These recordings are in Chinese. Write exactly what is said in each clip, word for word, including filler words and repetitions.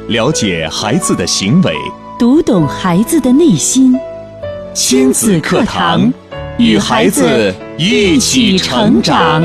了解孩子的行为， 读懂孩子的内心。 亲子课堂，与孩子一起成长。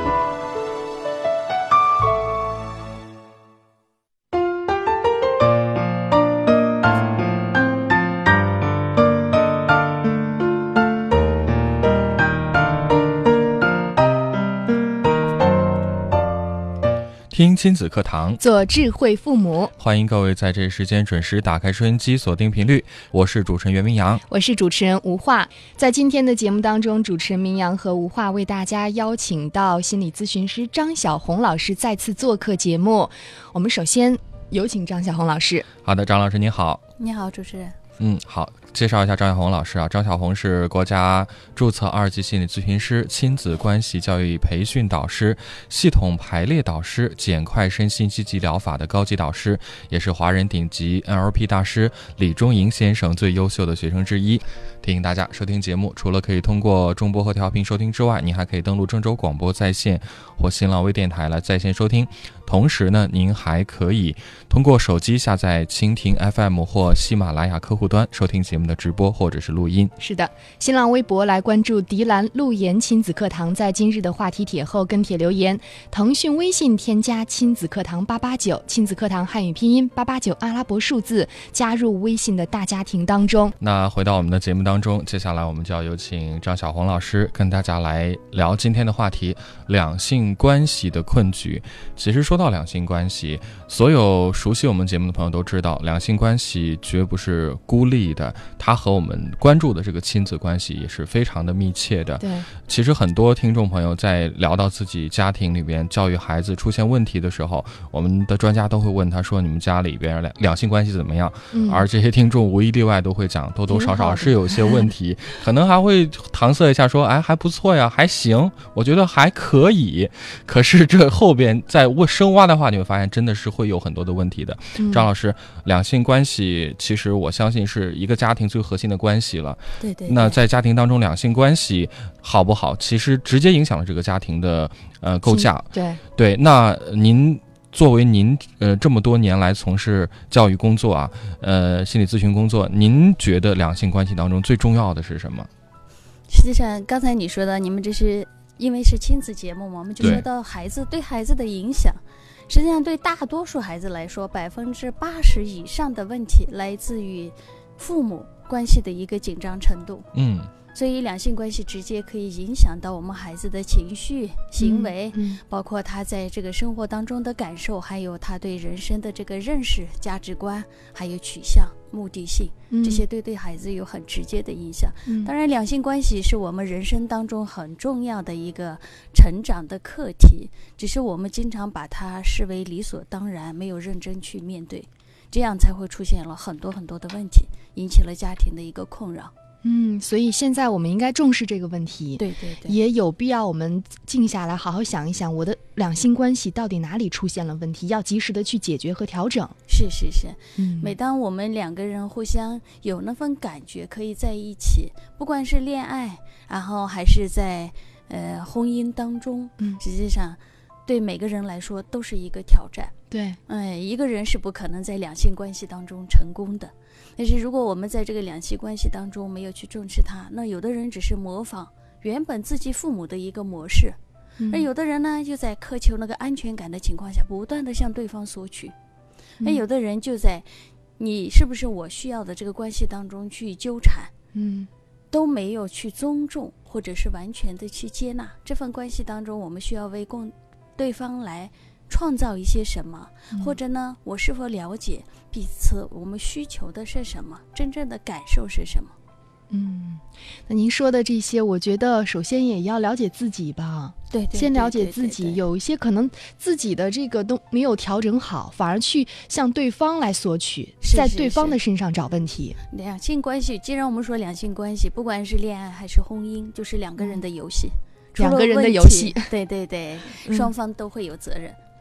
听亲子课堂， 做智慧父母。 欢迎各位在这时间准时打开收音机，锁定频率。我是主持人袁明阳， 我是主持人吴化。在今天的节目当中，主持人明阳和吴化为大家邀请到心理咨询师张晓红老师再次做客节目。我们首先有请张晓红老师。 好的，张老师你好。 你好，主持人。 嗯，好，介绍一下张晓红老师啊。张晓红是国家注册二级心理咨询师、亲子关系教育培训导师、系统排列导师、简快身心积极疗法的高级导师，也是华人顶级 N L P 大师李忠营先生最优秀的学生之一。提醒大家，收听节目除了可以通过中波和调频收听之外，您还可以登录郑州广播在线或新浪微电台来在线收听。同时呢，您还可以通过手机下载蜻蜓 F M 或喜马拉雅客户端收听节目的直播或者是录音。 是的，新浪微博来关注迪兰路言亲子课堂，在今日的话题帖后跟帖留言。腾讯微信添加亲子课堂八八九，亲子课堂汉语拼音八八九阿拉伯数字，加入微信的大家庭当中。 那回到我们的节目当中，接下来我们就要有请张晓红老师跟大家来聊今天的话题：两性关系的困局。其实说到两性关系，所有熟悉我们节目的朋友都知道，两性关系绝不是孤立的，它和我们关注的这个亲子关系也是非常的密切的。 对， 其实很多听众朋友在聊到自己家庭里边教育孩子出现问题的时候，我们的专家都会问他说，你们家里边两两性关系怎么样？嗯、而这些听众无一例外都会讲多多少少是有些问题，可能还会搪塞一下说，哎，还不错呀，还行，我觉得还可以。可是这后边再深挖的话，你会发现真的是会有很多的问题的。嗯、张老师，两性关系其实我相信是一个家庭最核心的关系了。 对 对, 对。 那在家庭当中，两性关系好不好，其实直接影响了这个家庭的呃构架。 对对。那您作为您呃这么多年来从事教育工作啊，呃心理咨询工作，您觉得两性关系当中最重要的是什么？ 实际上，刚才你说的，你们这是因为是亲子节目嘛，我们就说到孩子 对, 对孩子的影响。实际上，对大多数孩子来说，百分之八十以上的问题来自于父母关系的一个紧张程度。 嗯。 所以两性关系直接可以影响到我们孩子的情绪、行为、嗯嗯、包括他在这个生活当中的感受，还有他对人生的这个认识、价值观，还有取向、目的性，这些对对孩子有很直接的影响。嗯、当然，两性关系是我们人生当中很重要的一个成长的课题，只是我们经常把它视为理所当然，没有认真去面对，这样才会出现了很多很多的问题，引起了家庭的一个困扰。 嗯，所以现在我们应该重视这个问题， 对对对， 也有必要我们静下来好好想一想，我的两性关系到底哪里出现了问题，要及时的去解决和调整。 是是是、 嗯、 每当我们两个人互相有那份感觉可以在一起，不管是恋爱，然后还是在呃婚姻当中，嗯，实际上对每个人来说都是一个挑战。 对， 嗯，一个人是不可能在两性关系当中成功的。但是如果我们在这个两性关系当中没有去重视它，那有的人只是模仿原本自己父母的一个模式，嗯、而有的人呢就在苛求那个安全感的情况下不断的向对方索取，而、嗯、有的人就在你是不是我需要的这个关系当中去纠缠，嗯，都没有去尊重或者是完全的去接纳这份关系当中，我们需要为共对方来创造一些什么、嗯、或者呢我是否了解彼此我们需求的是什么，真正的感受是什么。 嗯，那您说的这些我觉得首先也要了解自己吧。 对, 对, 对, 对, 对, 对， 先了解自己，有一些可能自己的这个都没有调整好，反而去向对方来索取，在对方的身上找问题。 是是是，两性关系，既然我们说两性关系不管是恋爱还是婚姻，就是两个人的游戏、嗯、 两个人的游戏， 对对对、嗯、双方都会有责任，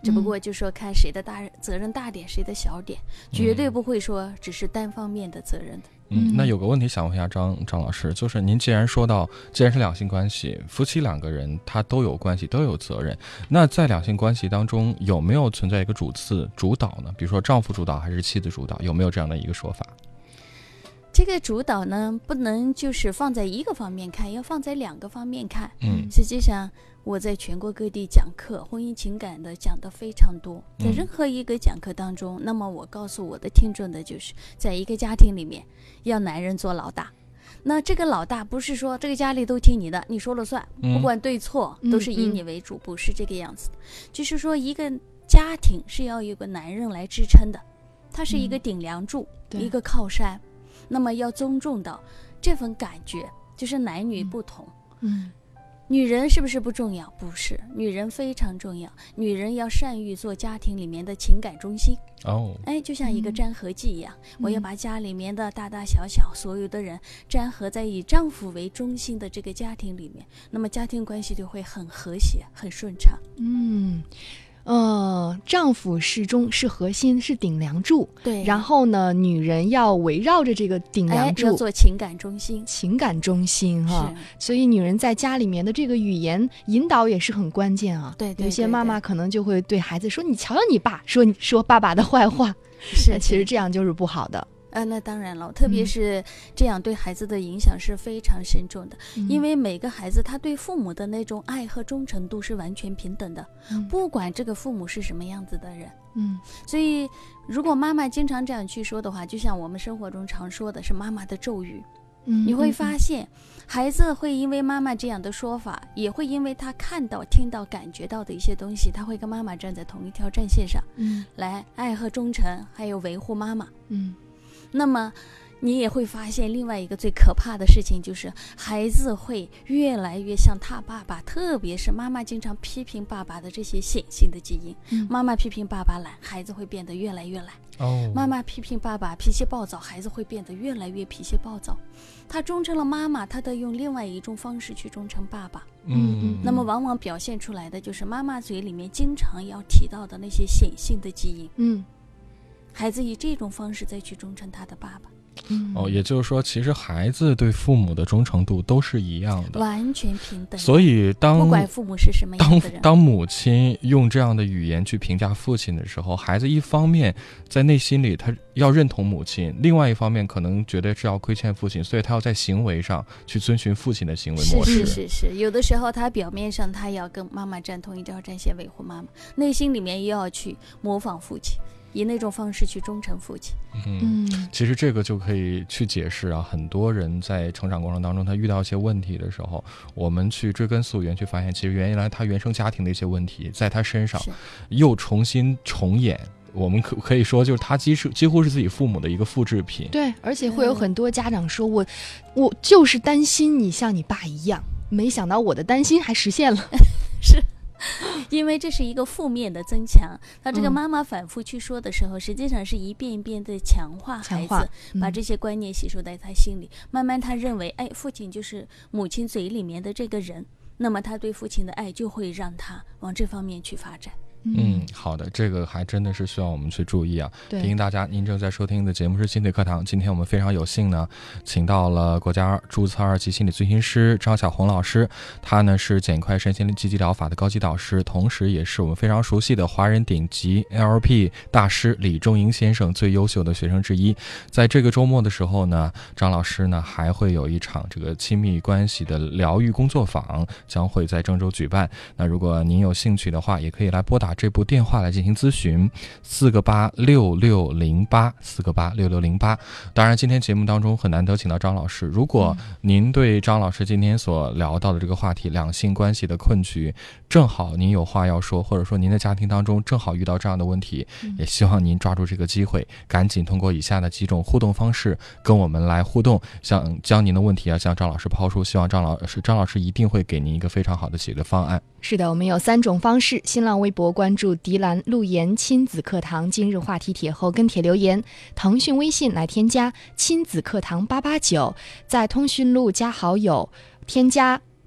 只不过就说看谁的大责任大点，谁的小点，绝对不会说只是单方面的责任的。 嗯，那有个问题想问一下张张老师，就是您既然说到，既然是两性关系，夫妻两个人他都有关系，都有责任，那在两性关系当中有没有存在一个主次主导呢？比如说丈夫主导还是妻子主导，有没有这样的一个说法？ 这个主导呢，不能就是放在一个方面看，要放在两个方面看。 嗯， 实际上我在全国各地讲课，婚姻情感的讲的非常多，在任何一个讲课当中，嗯、那么我告诉我的听众的就是，在一个家庭里面，要男人做老大。那这个老大不是说这个家里都听你的，你说了算，不管对错、嗯、都是以你为主，不是这个样子的。就是说，一个家庭是要有个男人来支撑的，他是一个顶梁柱，嗯、一个靠山。那么要尊重到这份感觉，就是男女不同。 嗯， 女人是不是不重要？不是，女人非常重要。女人要善于做家庭里面的情感中心。 哦， 哎，就像一个粘合剂一样， 嗯、 我要把家里面的大大小小所有的人粘合在以丈夫为中心的这个家庭里面，那么家庭关系就会很和谐、很顺畅。 嗯。呃，丈夫是中是核心，是顶梁柱。 对， 然后呢，女人要围绕着这个顶梁柱， 哎、要做情感中心， 情感中心哈。所以女人在家里面的这个语言引导也是很关键啊。 对， 对， 对， 对， 有些妈妈可能就会对孩子说：“你瞧瞧你爸，说你说爸爸的坏话。” 是， 其实这样就是不好的。 啊，那当然了，特别是这样对孩子的影响是非常深重的，嗯、因为每个孩子他对父母的那种爱和忠诚度是完全平等的，嗯、不管这个父母是什么样子的人。 嗯， 所以如果妈妈经常这样去说的话，就像我们生活中常说的是妈妈的咒语。 嗯， 你会发现孩子会因为妈妈这样的说法，也会因为他看到听到感觉到的一些东西，他会跟妈妈站在同一条战线上， 嗯， 来爱和忠诚还有维护妈妈。 嗯， 那么你也会发现另外一个最可怕的事情，就是孩子会越来越像他爸爸，特别是妈妈经常批评爸爸的这些显性的基因。 嗯、 妈妈批评爸爸懒，孩子会变得越来越懒。 哦， 妈妈批评爸爸脾气暴躁，孩子会变得越来越脾气暴躁。他忠诚了妈妈，他得用另外一种方式去忠诚爸爸。 嗯， 那么往往表现出来的就是妈妈嘴里面经常要提到的那些显性的基因。 嗯， 孩子以这种方式再去忠诚他的爸爸。 嗯、 哦，也就是说，其实孩子对父母的忠诚度都是一样的， 完全平等。 所以当不管父母是什么样的人， 当当母亲用这样的语言去评价父亲的时候，孩子一方面在内心里他要认同母亲，另外一方面可能觉得是要亏欠父亲，所以他要在行为上去遵循父亲的行为模式。 是是是是，有的时候他表面上他要跟妈妈站同一条战线，维护妈妈，内心里面又要去模仿父亲，以那种方式去忠诚父亲。 嗯，其实这个就可以去解释啊，很多人在成长过程当中，他遇到一些问题的时候，我们去追根溯源，去发现其实原来他原生家庭的一些问题，在他身上又重新重演。我们可可以说，就是他几乎几乎是自己父母的一个复制品。 对，而且会有很多家长说：“我，我就是担心你像你爸一样。”没想到我的担心还实现了。 是。因为这是一个负面的增强，他这个妈妈反复去说的时候、嗯、实际上是一遍一遍的强化孩子， 嗯、 把这些观念吸收在他心里，慢慢他认为哎，父亲就是母亲嘴里面的这个人，那么他对父亲的爱就会让他往这方面去发展。 嗯，好的，这个还真的是需要我们去注意啊。提醒大家，您正在收听的节目是亲子课堂。今天我们非常有幸呢，请到了国家注册二级心理咨询师张小红老师，他呢是简快身心积极疗法的高级导师，同时也是我们非常熟悉的华人顶级 L L P 大师李仲英先生最优秀的学生之一。在这个周末的时候呢，张老师呢还会有一场这个亲密关系的疗愈工作坊，将会在郑州举办。那如果您有兴趣的话，也可以来拨打这部电话来进行咨询，四个八六六零八，四个八六六零八。当然，今天节目当中很难得请到张老师，如果您对张老师今天所聊到的这个话题，两性关系的困局，正好您有话要说，或者说您的家庭当中正好遇到这样的问题，也希望您抓住这个机会，赶紧通过以下的几种互动方式跟我们来互动，想将您的问题啊向张老师抛出，希望张老师张老师一定会给您一个非常好的解决方案。 是的，我们有三种方式：新浪微博关注迪兰路言亲子课堂今日话题帖后跟帖留言，腾讯微信来添加亲子课堂八八九，在通讯录加好友，添加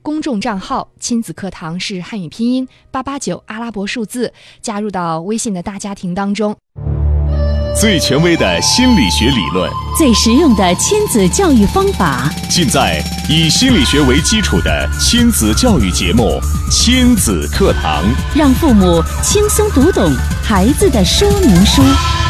公众账号，亲子课堂是汉语拼音八八九阿拉伯数字，加入到微信的大家庭当中。 最权威的心理学理论， 最实用的亲子教育方法， 尽在以心理学为基础的亲子教育节目《亲子课堂》， 让父母轻松读懂孩子的说明书。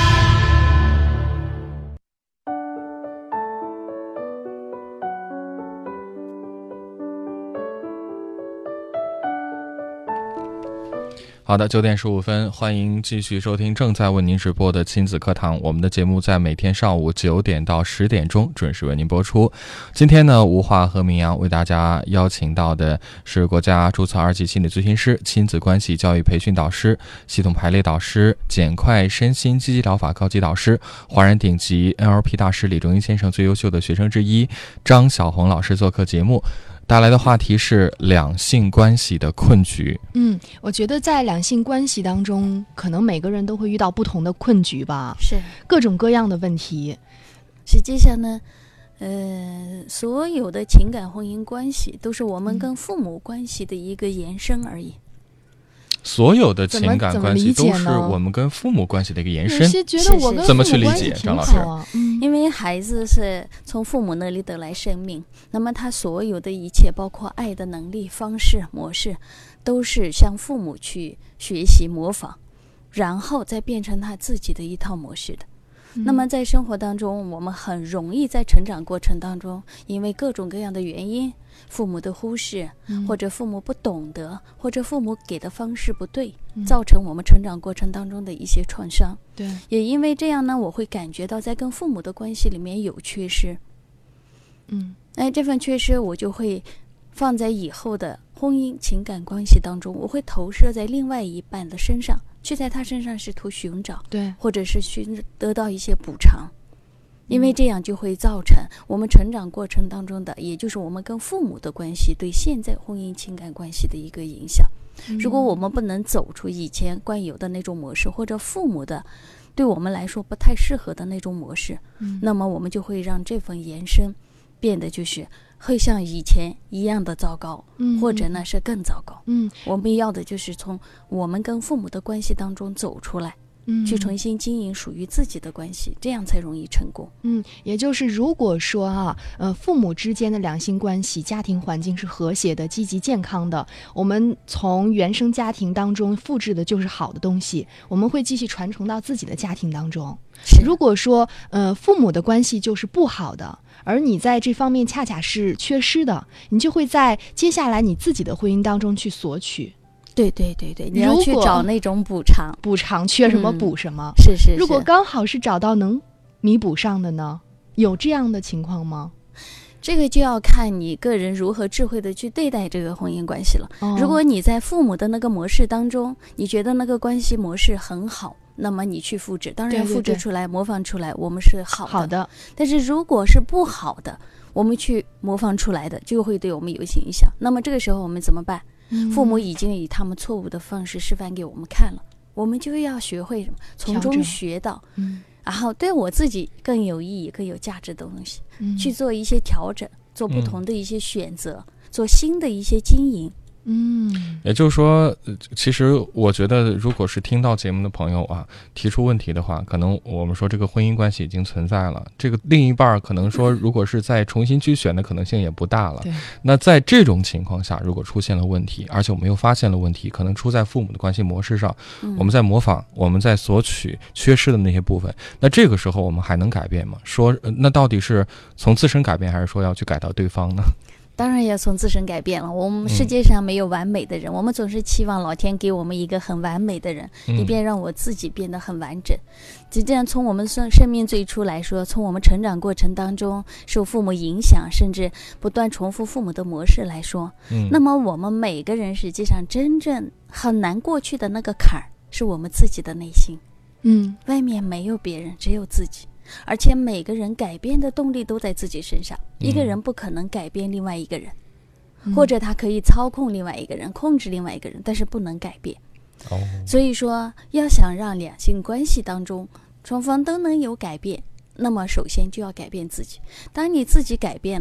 好的，九点十五分，欢迎继续收听正在为您直播的亲子课堂。我们的节目在每天上午九点到十点钟准时为您播出。今天呢，吴华和明阳为大家邀请到的是国家注册二级心理咨询师、亲子关系教育培训导师、系统排列导师、简快身心积极疗法高级导师、华人顶级 N L P 大师李中英先生最优秀的学生之一张晓红老师做客节目。带来的话题是两性关系的困局。 嗯，我觉得在两性关系当中，可能每个人都会遇到不同的困局吧， 是各种各样的问题。 实际上呢，呃，所有的情感婚姻关系都是我们跟父母关系的一个延伸而已。 所有的情感关系都是我们跟父母关系的一个延伸。 有些觉得我跟怎么去理解，张老师？ 嗯，因为孩子是从父母那里得来生命，那么他所有的一切，包括爱的能力、方式、模式，都是向父母去学习模仿，然后再变成他自己的一套模式的。嗯、那么在生活当中，我们很容易在成长过程当中，因为各种各样的原因，父母的忽视，嗯、或者父母不懂得，或者父母给的方式不对，嗯、造成我们成长过程当中的一些创伤。 对， 也因为这样呢，我会感觉到在跟父母的关系里面有缺失。嗯，哎，这份缺失我就会放在以后的婚姻情感关系当中，我会投射在另外一半的身上，去在他身上试图寻找， 对， 或者是寻得到一些补偿。因为这样就会造成我们成长过程当中的，也就是我们跟父母的关系对现在婚姻情感关系的一个影响。如果我们不能走出以前惯有的那种模式，或者父母的对我们来说不太适合的那种模式，嗯、那么我们就会让这份延伸变得就是会像以前一样的糟糕，嗯、或者呢是更糟糕。嗯，我们要的就是从我们跟父母的关系当中走出来。嗯，去重新经营属于自己的关系，这样才容易成功。 嗯，也就是如果说啊，呃，父母之间的两性关系、家庭环境是和谐的、积极健康的，我们从原生家庭当中复制的就是好的东西，我们会继续传承到自己的家庭当中。如果说呃父母的关系就是不好的，而你在这方面恰恰是缺失的，你就会在接下来你自己的婚姻当中去索取。 对对对对，你要去找那种补偿， 补偿缺什么补什么。 嗯、是, 是是。 如果刚好是找到能弥补上的呢？有这样的情况吗？ 这个就要看你个人如何智慧的去对待这个婚姻关系了。哦、如果你在父母的那个模式当中，你觉得那个关系模式很好，那么你去复制，当然复制出来、对对对模仿出来，我们是好的。 好的。 但是如果是不好的，我们去模仿出来的，就会对我们有影响。那么这个时候我们怎么办？父母已经以他们错误的方式示范给我们看了，我们就要学会什么，从中学到，嗯，然后对我自己更有意义、更有价值的东西，嗯、去做一些调整，做不同的一些选择，嗯、做新的一些经营。 嗯，也就是说，其实我觉得，如果是听到节目的朋友啊，提出问题的话，可能我们说这个婚姻关系已经存在了，这个另一半可能说，如果是再重新去选的可能性也不大了。 对。 那在这种情况下，如果出现了问题，而且我们又发现了问题，可能出在父母的关系模式上，嗯、我们在模仿，我们在索取缺失的那些部分，那这个时候我们还能改变吗？说，那到底是从自身改变，还是说要去改到对方呢？ 当然要从自身改变了。我们世界上没有完美的人，嗯、我们总是期望老天给我们一个很完美的人，以便让我自己变得很完整。就这样，从我们生生命最初来说，从我们成长过程当中受父母影响，甚至不断重复父母的模式来说，嗯、那么我们每个人实际上真正很难过去的那个坎儿，是我们自己的内心。嗯，外面没有别人，只有自己。而且每个人改变的动力都在自己身上，嗯、一个人不可能改变另外一个人，嗯、或者他可以操控另外一个人，控制另外一个人，但是不能改变。哦，所以说要想让两性关系当中双方都能有改变，那么首先就要改变自己。当你自己改变了，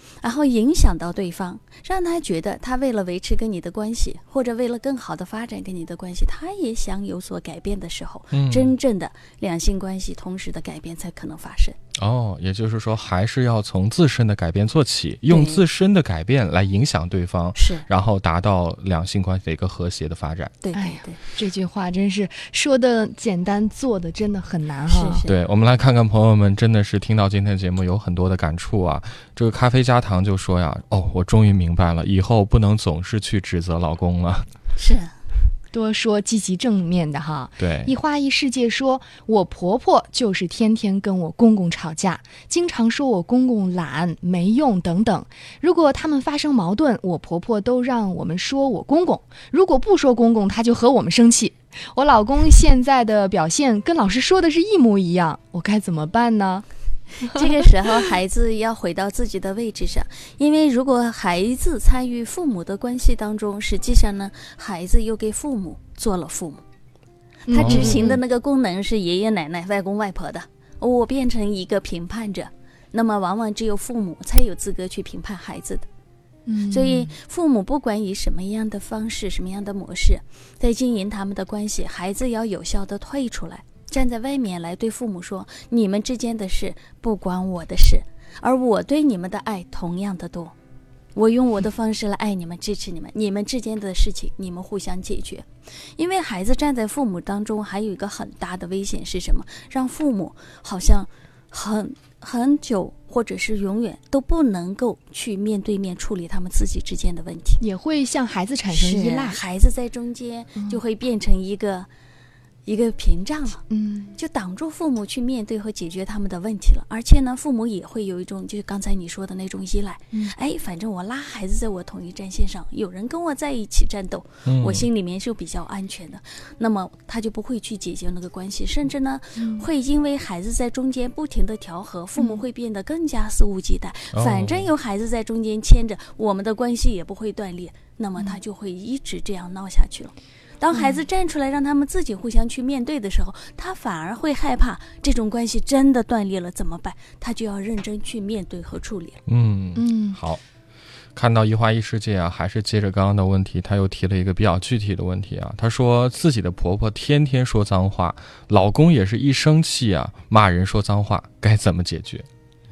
然后影响到对方，让他觉得他为了维持跟你的关系，或者为了更好的发展跟你的关系，他也想有所改变的时候， 嗯、 真正的两性关系同时的改变才可能发生。 哦，也就是说还是要从自身的改变做起，用自身的改变来影响对方， 是， 然后达到两性关系的一个和谐的发展。 对对对， 这句话真是说的简单，做的真的很难哈。 是是， 对，我们来看看朋友们真的是听到今天的节目有很多的感触啊。这个咖啡加糖就说呀，哦，我终于明白了，以后不能总是去指责老公了。 是。 多说积极正面的哈。 对， 一花一世界说，我婆婆就是天天跟我公公吵架，经常说我公公懒没用等等。如果他们发生矛盾，我婆婆都让我们说我公公，如果不说公公，他就和我们生气。我老公现在的表现跟老师说的是一模一样，我该怎么办呢？ 这个时候孩子要回到自己的位置上，因为如果孩子参与父母的关系当中，实际上呢，孩子又给父母做了父母，他执行的那个功能是爷爷奶奶、外公外婆的，我变成一个评判者，那么往往只有父母才有资格去评判孩子的。 嗯， 所以父母不管以什么样的方式、什么样的模式在经营他们的关系，孩子要有效的退出来，站在外面来对父母说，你们之间的事不关我的事，而我对你们的爱同样的多，我用我的方式来爱你们、支持你们，你们之间的事情你们互相解决。因为孩子站在父母当中还有一个很大的危险是什么？让父母好像很很久或者是永远都不能够去面对面处理他们自己之间的问题， 也会向孩子产生依赖， 孩子在中间就会变成一个、嗯一个屏障了， 嗯， 就挡住父母去面对和解决他们的问题了。而且呢，父母也会有一种就是刚才你说的那种依赖， 嗯， 哎，反正我拉孩子在我同一战线上，有人跟我在一起战斗， 嗯、 我心里面是比较安全的，那么他就不会去解决那个关系，甚至呢、嗯、会因为孩子在中间不停的调和，父母会变得更加肆无忌惮、嗯、反正有孩子在中间牵着，我们的关系也不会断裂，那么他就会一直这样闹下去了。当孩子站出来让他们自己互相去面对的时候，他反而会害怕这种关系真的断裂了怎么办，他就要认真去面对和处理。 嗯嗯， 好，看到一花一世界啊，还是接着刚刚的问题，他又提了一个比较具体的问题啊。他说自己的婆婆天天说脏话，老公也是一生气啊骂人说脏话，该怎么解决？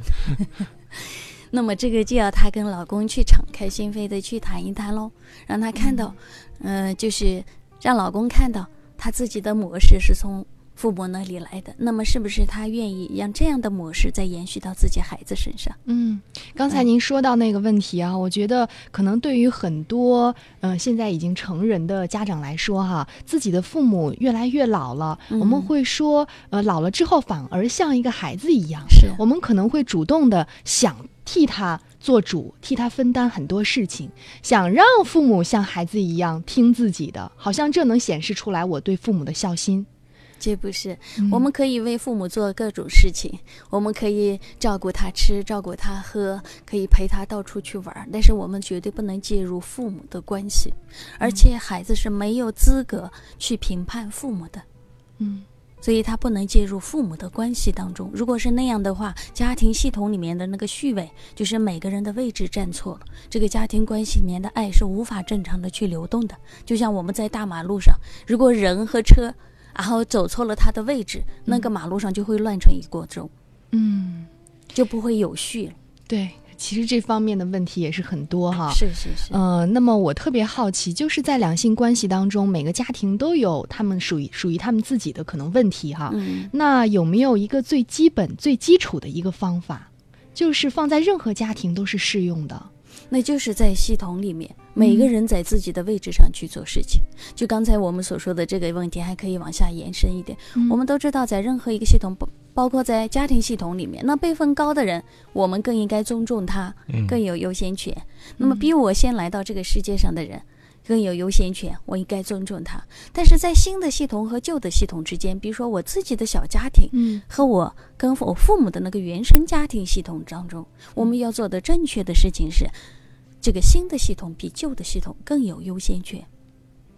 那么这个就要她跟老公去敞开心扉的去谈一谈咯，让他看到嗯、呃，就是让老公看到他自己的模式是从父母那里来的，那么是不是他愿意让这样的模式再延续到自己孩子身上？ 嗯，刚才您说到那个问题啊，我觉得可能对于很多嗯、呃、现在已经成人的家长来说哈，自己的父母越来越老了，嗯、我们会说呃老了之后反而像一个孩子一样， 是我们可能会主动的想替他做主，替他分担很多事情，想让父母像孩子一样听自己的，好像这能显示出来我对父母的孝心。 这不是、嗯、我们可以为父母做各种事情，我们可以照顾他吃，照顾他喝，可以陪他到处去玩，但是我们绝对不能介入父母的关系，而且孩子是没有资格去评判父母的， 嗯， 所以他不能介入父母的关系当中。如果是那样的话，家庭系统里面的那个序位，就是每个人的位置站错了，这个家庭关系里面的爱是无法正常的去流动的。就像我们在大马路上，如果人和车然后走错了他的位置，那个马路上就会乱成一锅粥， 嗯， 就不会有序了。 对，其实这方面的问题也是很多哈。 是是是。 呃，那么我特别好奇，就是在两性关系当中，每个家庭都有他们属于属于他们自己的可能问题哈。 嗯。 那有没有一个最基本、最基础的一个方法，就是放在任何家庭都是适用的？ 那就是在系统里面，每个人在自己的位置上去做事情、嗯、就刚才我们所说的这个问题还可以往下延伸一点、嗯、我们都知道在任何一个系统，包括在家庭系统里面，那辈分高的人我们更应该尊重他、嗯、更有优先权、嗯、那么比我先来到这个世界上的人更有优先权，我应该尊重他。但是在新的系统和旧的系统之间，比如说我自己的小家庭、嗯、和我跟我父母的那个原生家庭系统当中，我们要做的正确的事情是，这个新的系统比旧的系统更有优先权。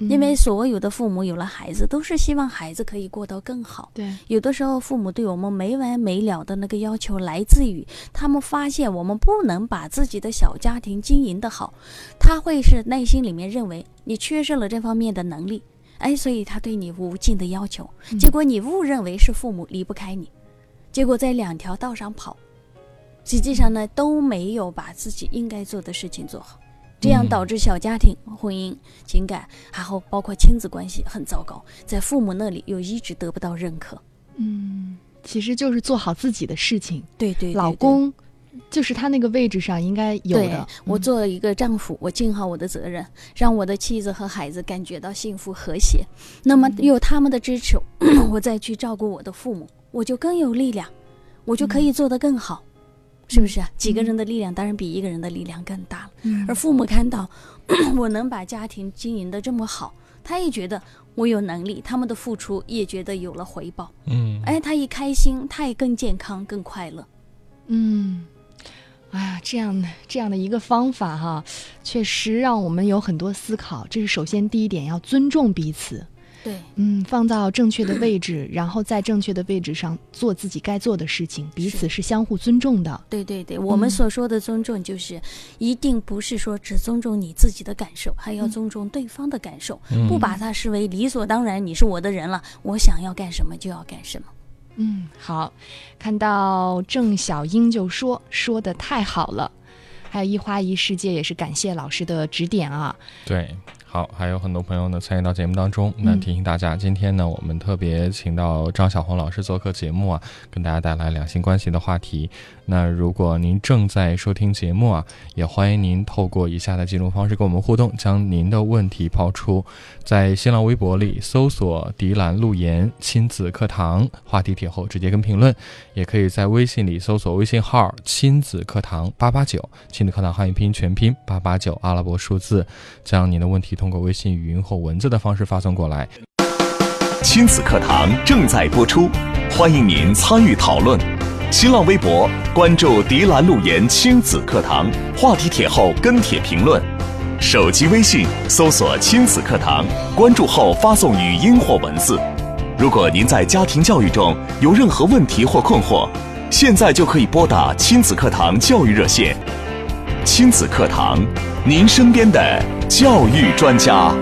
因为所有的父母有了孩子，都是希望孩子可以过得更好。 对， 有的时候父母对我们没完没了的那个要求，来自于他们发现我们不能把自己的小家庭经营得好，他会是内心里面认为你缺失了这方面的能力，哎，所以他对你无尽的要求，结果你误认为是父母离不开你，结果在两条道上跑，实际上呢都没有把自己应该做的事情做好，这样导致小家庭、婚姻、情感，还有包括亲子关系很糟糕，在父母那里又一直得不到认可。 嗯，其实就是做好自己的事情。 对 对, 对, 对， 老公就是他那个位置上应该有的。 对，我作为一个丈夫，我尽好我的责任，让我的妻子和孩子感觉到幸福和谐。那么有他们的支持，我再去照顾我的父母，我就更有力量，我就可以做得更好。是不是啊？几个人的力量当然比一个人的力量更大了。嗯、而父母看到我能把家庭经营得这么好，他也觉得我有能力，他们的付出也觉得有了回报。嗯，哎，他一开心，他也更健康、更快乐。 嗯，哎呀，这样的这样的一个方法哈，确实让我们有很多思考。这是首先第一点，要尊重彼此。 对， 嗯，放到正确的位置，然后在正确的位置上做自己该做的事情，彼此是相互尊重的。 对对对，我们所说的尊重，就是、嗯、一定不是说只尊重你自己的感受，还要尊重对方的感受，嗯、不把它视为理所当然，你是我的人了，我想要干什么就要干什么。 嗯，好，看到郑小英就说说的太好了，还有一花一世界也是感谢老师的指点啊。 对。好，还有很多朋友呢参与到节目当中。那提醒大家，嗯、今天呢，我们特别请到张小红老师做客节目啊，跟大家带来两性关系的话题。那如果您正在收听节目啊，也欢迎您透过以下的几种方式跟我们互动，将您的问题抛出。在新浪微博里搜索迪兰路言亲子课堂话题帖后直接跟评论，也可以在微信里搜索微信号亲子课堂八八九，亲子课堂汉语拼音全拼八八九阿拉伯数字，将您的问题通过微信语音或文字的方式发送过来。 亲子课堂正在播出，欢迎您参与讨论。新浪微博关注迪兰路言亲子课堂话题帖后跟帖评论，手机微信搜索亲子课堂，关注后发送语音或文字。如果您在家庭教育中有任何问题或困惑，现在就可以拨打亲子课堂教育热线。亲子课堂，您身边的教育专家。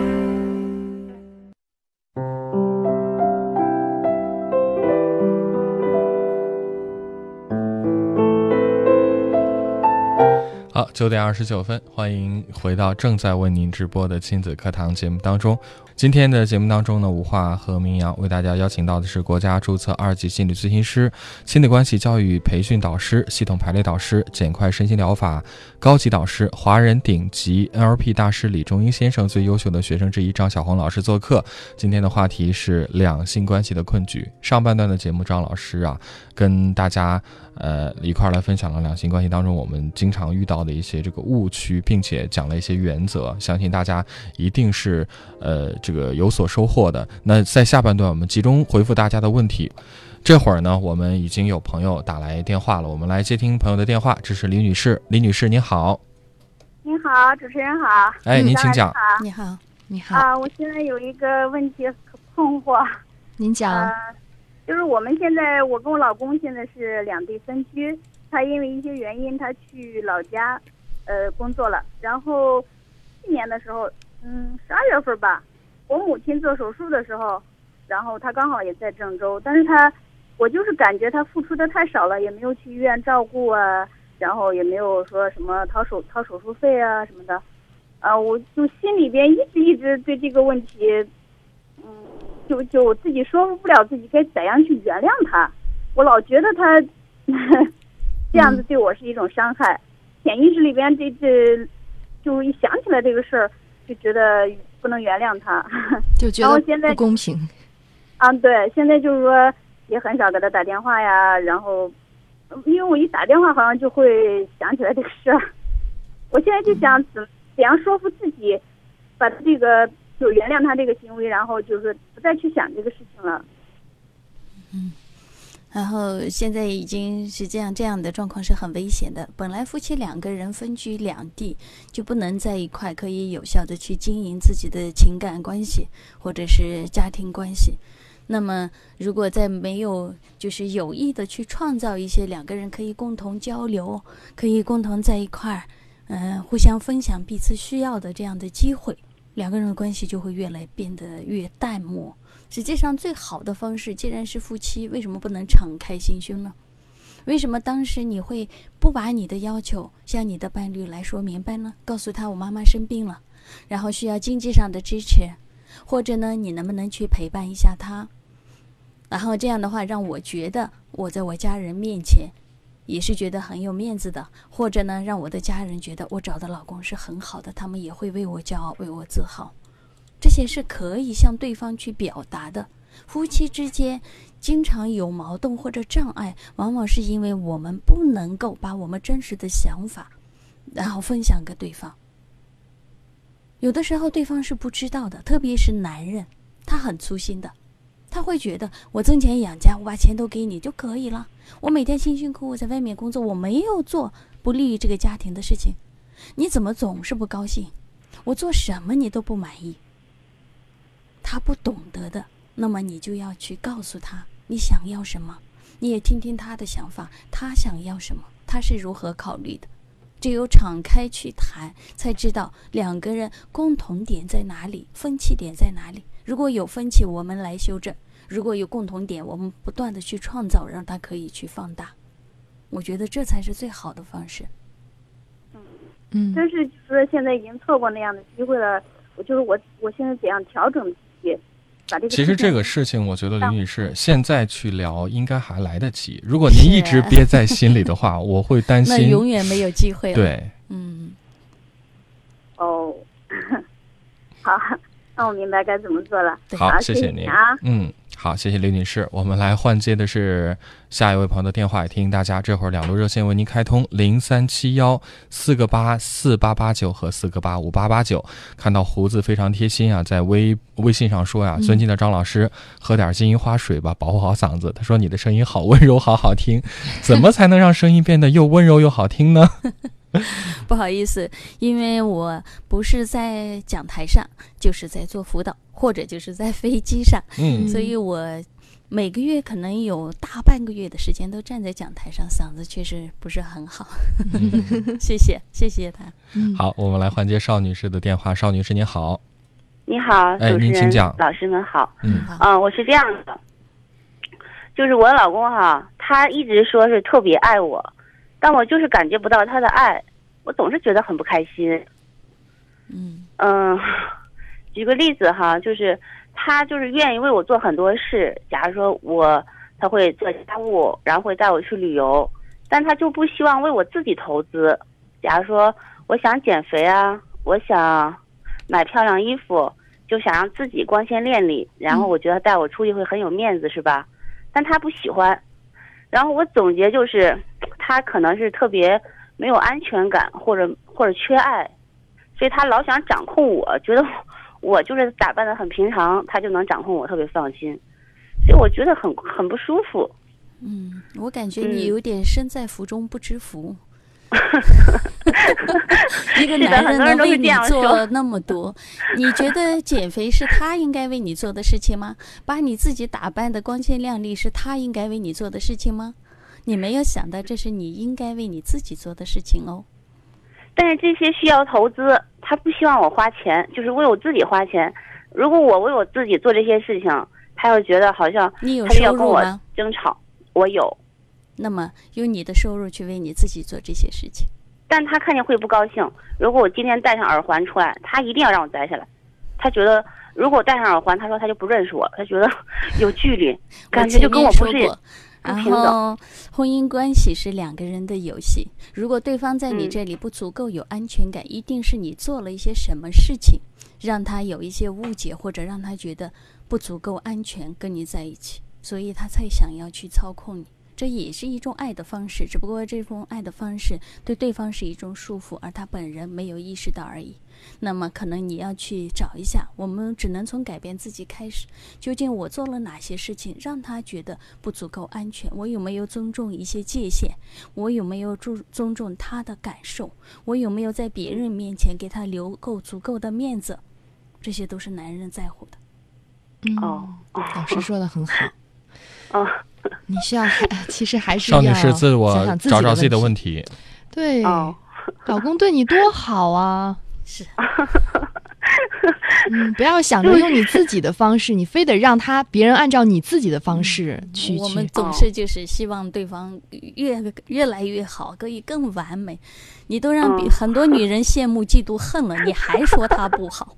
好，九点二十九分，欢迎回到正在为您直播的亲子课堂节目当中。今天的节目当中呢，吴化和明阳为大家邀请到的是国家注册二级心理咨询师、亲子关系教育培训导师、系统排列导师、简快身心疗法高级导师、华人顶级 N L P 大师李中英先生最优秀的学生之一张小红老师做客。今天的话题是两性关系的困局。上半段的节目，张老师啊，跟大家呃一块来分享了两性关系当中我们经常遇到的一些这个误区，并且讲了一些原则，相信大家一定是呃这个有所收获的。那在下半段我们集中回复大家的问题。这会儿呢，我们已经有朋友打来电话了，我们来接听朋友的电话。这是李女士，李女士您好。 您好，主持人好。 哎，您请讲。 你好， 你好。 啊、呃，我现在有一个问题困惑。 您讲。 呃，就是我们现在，我跟我老公现在是两地分居，他因为一些原因，他去老家，呃，工作了。然后去年的时候，嗯，十二月份吧，我母亲做手术的时候，然后他刚好也在郑州，但是他。我就是感觉他付出的太少了，也没有去医院照顾啊，然后也没有说什么掏手掏手术费啊什么的，啊，我就心里边一直一直对这个问题，嗯，就就我自己说服不了自己该怎样去原谅他，我老觉得他这样子对我是一种伤害，潜意识里边这这就一想起来这个事儿，就觉得不能原谅他， 就觉得不公平。 啊，对，现在就是说。也很少给他打电话呀，然后，因为我一打电话好像就会想起来这个事儿。我现在就想怎怎样说服自己，把这个就原谅他这个行为，然后就是不再去想这个事情了。 嗯， 然后现在已经是这样，这样的状况是很危险的。本来夫妻两个人分居两地，就不能在一块可以有效的去经营自己的情感关系或者是家庭关系。那么如果在没有就是有意的去创造一些两个人可以共同交流，可以共同在一块儿呃，互相分享彼此需要的这样的机会，两个人的关系就会越来变得越淡漠。实际上最好的方式，既然是夫妻，为什么不能敞开心胸呢？为什么当时你会不把你的要求向你的伴侣来说明白呢？告诉他我妈妈生病了，然后需要经济上的支持，或者呢你能不能去陪伴一下他，然后这样的话让我觉得我在我家人面前也是觉得很有面子的，或者呢让我的家人觉得我找的老公是很好的，他们也会为我骄傲，为我自豪。这些是可以向对方去表达的。夫妻之间经常有矛盾或者障碍，往往是因为我们不能够把我们真实的想法然后分享给对方。有的时候对方是不知道的，特别是男人，他很粗心的，他会觉得我挣钱养家，我把钱都给你就可以了，我每天辛辛苦苦在外面工作，我没有做不利于这个家庭的事情，你怎么总是不高兴？我做什么你都不满意。他不懂得的，那么你就要去告诉他你想要什么，你也听听他的想法，他想要什么，他是如何考虑的。只有敞开去谈，才知道两个人共同点在哪里，分歧点在哪里。如果有分歧，我们来修正；如果有共同点，我们不断的去创造，让它可以去放大。我觉得这才是最好的方式。 嗯，但是说现在已经错过那样的机会了，我就是我，我现在怎样调整自己，把这个。 其实这个事情，我觉得林女士现在去聊应该还来得及。如果您一直憋在心里的话，我会担心那永远没有机会了。 对， 嗯， 哦，好，那我明白该怎么做了。 好，谢谢您啊。 嗯，好，谢谢林女士。我们来换接的是下一位朋友的电话，也提醒大家，这会儿两路热线为您开通零三七幺四个八四八八九和四个八五八八九。看到胡子非常贴心啊，在微微信上说呀、啊，尊敬的张老师，喝点金银花水吧，保护好嗓子。他说你的声音好温柔，好好听，怎么才能让声音变得又温柔又好听呢？ 不好意思，因为我不是在讲台上，就是在做辅导，或者就是在飞机上， 嗯， 所以我每个月可能有大半个月的时间都站在讲台上，嗓子确实不是很好。嗯、谢谢，谢谢他。 好，我们来换接邵女士的电话。邵女士您好。 你好， 哎，您请讲。 老师们好。 嗯， 嗯、呃，我是这样的，就是我老公哈，他一直说是特别爱我。但我就是感觉不到他的爱，我总是觉得很不开心。 嗯嗯，举个例子哈，就是他就是愿意为我做很多事，假如说我他会做家务，然后会带我去旅游，但他就不希望为我自己投资。假如说我想减肥啊，我想买漂亮衣服，就想让自己光鲜亮丽，然后我觉得带我出去会很有面子，是吧？但他不喜欢。然后我总结就是，他可能是特别没有安全感，或者或者缺爱，所以他老想掌控我，觉得我就是打扮得很平常，他就能掌控我，特别放心，所以我觉得很很不舒服。 嗯，我感觉你有点身在福中不知福。一个男人能为你做那么多，你觉得减肥是他应该为你做的事情吗？把你自己打扮得光鲜亮丽是他应该为你做的事情吗？你没有想到这是你应该为你自己做的事情哦。 但是这些需要投资，他不希望我花钱，就是为我自己花钱。如果我为我自己做这些事情，他又觉得好像你有他要跟我争吵。我有。 那么用你的收入去为你自己做这些事情， 但他看见会不高兴。如果我今天戴上耳环出来，他一定要让我摘下来。他觉得如果我戴上耳环，他说他就不认识我，他觉得有距离，感觉就跟我不是然后婚姻关系是两个人的游戏，如果对方在你这里不足够有安全感、嗯、一定是你做了一些什么事情让他有一些误解，或者让他觉得不足够安全跟你在一起，所以他才想要去操控你。 这也是一种爱的方式，只不过这种爱的方式对对方是一种束缚，而他本人没有意识到而已。那么可能你要去找一下，我们只能从改变自己开始，究竟我做了哪些事情让他觉得不足够安全，我有没有尊重一些界限，我有没有尊重他的感受，我有没有在别人面前给他留够足够的面子，这些都是男人在乎的。 嗯、 哦， 老师说的很好。 哦， 你需要其实还是少女要是自我想想找找自己的问问题。 对、 哦， 老公对你多好啊。 是嗯，不要想着用你自己的方式，你非得让他别人按照你自己的方式去、 嗯、我们去总是就是希望对方越越来越好，可以更完美。你都让比、嗯、很多女人羡慕嫉妒恨了，你还说他不好。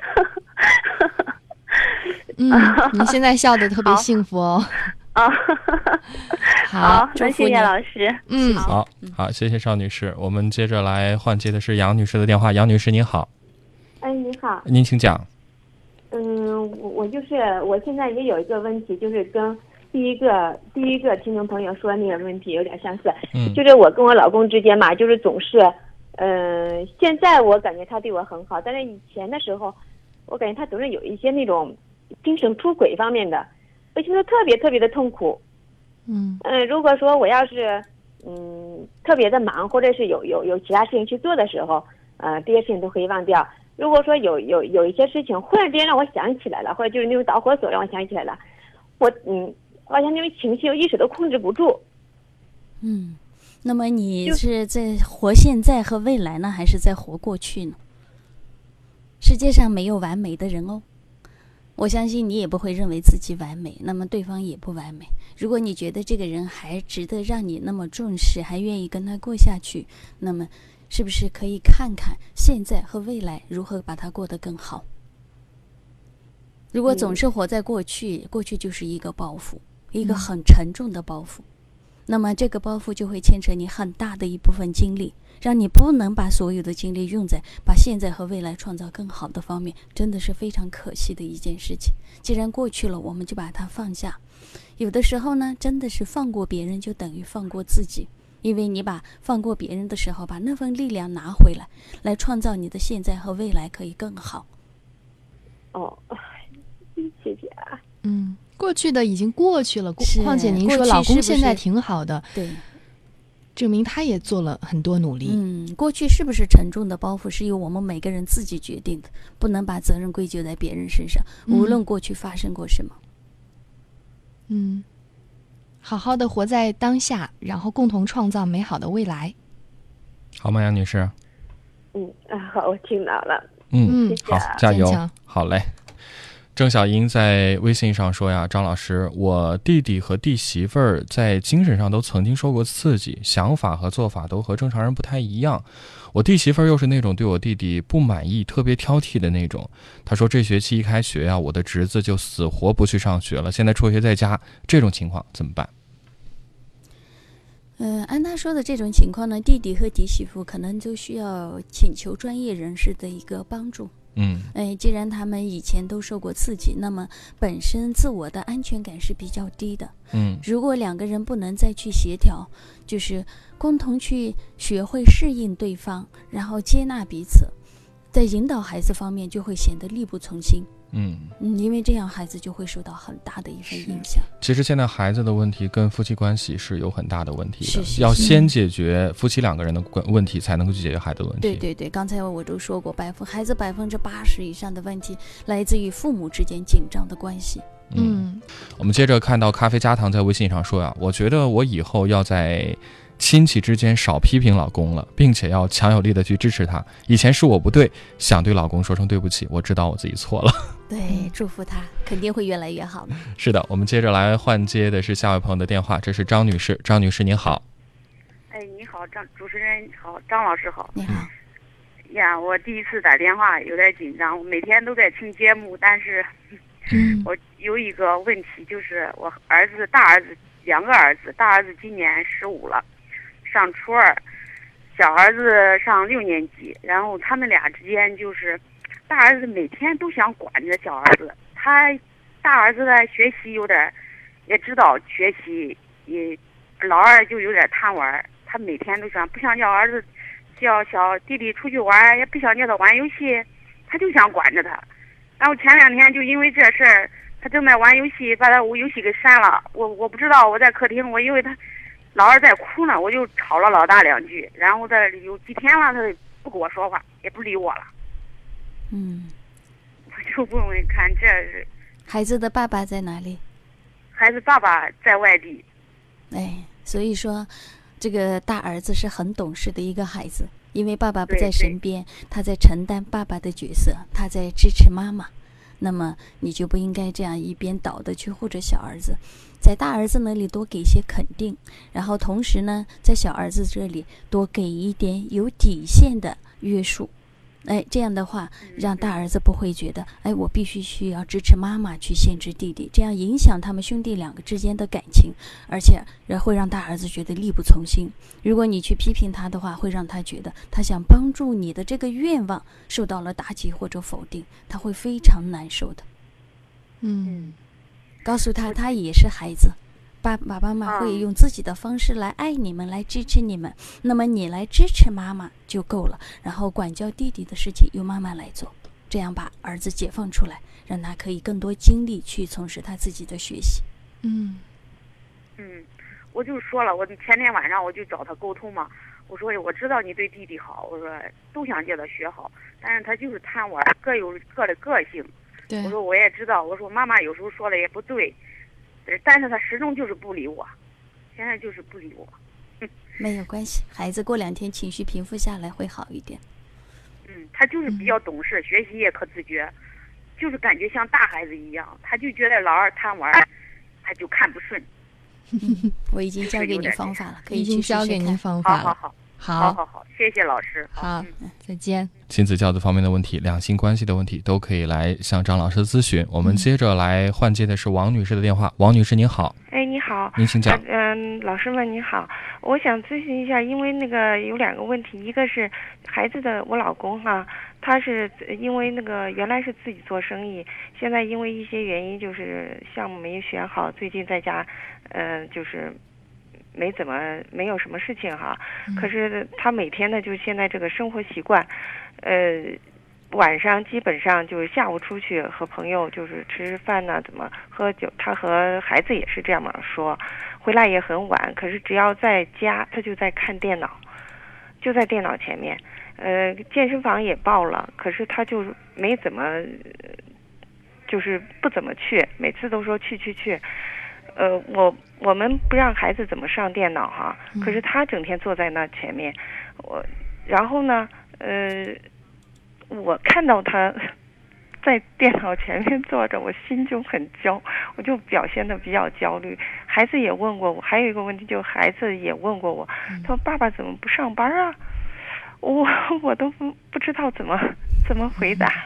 嗯，你现在笑得特别幸福哦。 啊， 好， 那谢谢老师。 嗯， 好，好，谢谢邵女士。我们接着来换接的是杨女士的电话。杨女士，您好。 哎，你好。 您请讲。 嗯，我我就是我现在也有一个问题，就是跟第一个第一个听众朋友说那个问题有点相似。 嗯， 就是我跟我老公之间嘛，就是总是，嗯、呃，现在我感觉他对我很好，但是以前的时候，我感觉他总是有一些那种精神出轨方面的。我觉得特别特别的痛苦， 嗯嗯、呃，如果说我要是嗯特别的忙，或者是有有有其他事情去做的时候，呃，这些事情都可以忘掉。如果说有有有一些事情忽然之间让我想起来了，或者就是那种导火索让我想起来了，我嗯，好像那种情绪一时都控制不住。 嗯，那么你是在活现在和未来呢，还是在活过去呢？世界上没有完美的人哦。我相信你也不会认为自己完美，那么对方也不完美。如果你觉得这个人还值得让你那么重视，还愿意跟他过下去，那么是不是可以看看现在和未来如何把它过得更好？如果总是活在过去，嗯、过去就是一个包袱，一个很沉重的包袱。嗯、那么这个包袱就会牵扯你很大的一部分精力，让你不能把所有的精力用在把现在和未来创造更好的方面，真的是非常可惜的一件事情。既然过去了，我们就把它放下。有的时候呢，真的是放过别人就等于放过自己，因为你把放过别人的时候，把那份力量拿回来，来创造你的现在和未来可以更好。 哦，谢谢啊。 嗯，过去的已经过去了，况且您说老公现在挺好的， 对。 证明他也做了很多努力。 嗯，过去是不是沉重的包袱是由我们每个人自己决定的，不能把责任归咎在别人身上，无论过去发生过什么。 嗯，好好的活在当下，然后共同创造美好的未来。 好吗，杨女士？ 嗯啊，好，我听到了。 嗯， 谢谢好，加油。好嘞。郑小英在微信上说呀，张老师，我弟弟和弟媳妇儿在精神上都曾经受过刺激，想法和做法都和正常人不太一样。我弟媳妇儿又是那种对我弟弟不满意、特别挑剔的那种。他说这学期一开学呀，我的侄子就死活不去上学了，现在辍学在家，这种情况怎么办？ 嗯、呃，按他说的这种情况呢，弟弟和弟媳妇可能就需要请求专业人士的一个帮助。 嗯， 哎，既然他们以前都受过刺激，那么本身自我的安全感是比较低的。 嗯， 如果两个人不能再去协调，就是共同去学会适应对方，然后接纳彼此，在引导孩子方面就会显得力不从心。 嗯嗯，因为这样孩子就会受到很大的一份影响。 其实现在孩子的问题跟夫妻关系是有很大的问题的， 是是是要先解决夫妻两个人的问题，才能够去解决孩子的问题。 对对对，刚才我都说过，百分孩子百分之八十以上的问题来自于父母之间紧张的关系。 嗯，我们接着看到咖啡加糖在微信上说呀，我觉得我以后要在亲戚之间少批评老公了，并且要强有力的去支持他。以前是我不对，想对老公说声对不起，我知道我自己错了。 对，祝福他，肯定会越来越好的。 是的，我们接着来换接的是下位朋友的电话，这是张女士。张女士您好。 哎，你好，张主持人好，张老师好。 你好。 呀，我第一次打电话有点紧张，我每天都在听节目，但是， 嗯， 我有一个问题，就是我儿子大儿子两个儿子，大儿子今年十五了，上初二，小儿子上六年级，然后他们俩之间就是大儿子每天都想管着小儿子，他大儿子的学习有点也知道学习也老二就有点贪玩，他每天都想不想叫儿子叫小弟弟出去玩，也不想叫他玩游戏，他就想管着他。然后前两天就因为这事儿，他正在玩游戏，把他游戏给删了。我我不知道，我在客厅，我因为他老二在哭呢，我就吵了老大两句。然后他有几天了，他不跟我说话，也不理我了。 嗯， 我就问问看，这是孩子的爸爸在哪里？ 孩子爸爸在外地。 哎，所以说这个大儿子是很懂事的一个孩子，因为爸爸不在身边，他在承担爸爸的角色，他在支持妈妈。那么你就不应该这样一边倒的去护着小儿子，在大儿子那里多给一些肯定，然后同时呢，在小儿子这里多给一点有底线的约束。哎，这样的话让大儿子不会觉得哎，我必须需要支持妈妈去限制弟弟，这样影响他们兄弟两个之间的感情，而且会让大儿子觉得力不从心。如果你去批评他的话，会让他觉得他想帮助你的这个愿望受到了打击或者否定，他会非常难受的。 嗯， 告诉他他也是孩子，爸爸妈妈会用自己的方式来爱你们，来支持你们，那么你来支持妈妈就够了，然后管教弟弟的事情由妈妈来做，这样把儿子解放出来，让他可以更多精力去从事他自己的学习。 嗯嗯，我就说了，我前天晚上我就找他沟通嘛，我说我知道你对弟弟好，我说都想叫他学好，但是他就是贪玩，各有各的个性。 对， 我说我也知道，我说妈妈有时候说的也不对，但是他始终就是不理我，现在就是不理我。 没有关系，孩子过两天情绪平复下来会好一点。 嗯，他就是比较懂事，嗯、学习也可自觉，就是感觉像大孩子一样，他就觉得老二贪玩，他就看不顺。 我已经教给你方法了，可以去已经教给您方法了。 好好好， 好， 好好好，谢谢老师。 好，嗯、再见。 亲子教育方面的问题，两性关系的问题，都可以来向张老师咨询。我们接着来换接的是王女士的电话。王女士您好。 哎，你好。 您请讲。 嗯、呃，老师们你好，我想咨询一下，因为那个有两个问题，一个是孩子的我老公哈、啊，他是因为那个原来是自己做生意，现在因为一些原因就是项目没选好，最近在家，呃，就是没怎么没有什么事情哈。嗯、可是他每天呢，就是现在这个生活习惯，呃。晚上基本上就是下午出去和朋友就是吃吃饭呢，怎么喝酒，他和孩子也是这样嘛说，回来也很晚，可是只要在家他就在看电脑，就在电脑前面，呃健身房也报了，可是他就没怎么就是不怎么去，每次都说去去去，呃我我们不让孩子怎么上电脑哈，可是他整天坐在那前面，我然后呢呃我看到他在电脑前面坐着，我心就很焦，我就表现得比较焦虑。孩子也问过我，还有一个问题就是孩子也问过我，他说爸爸怎么不上班啊？我我都不不知道怎么怎么回答。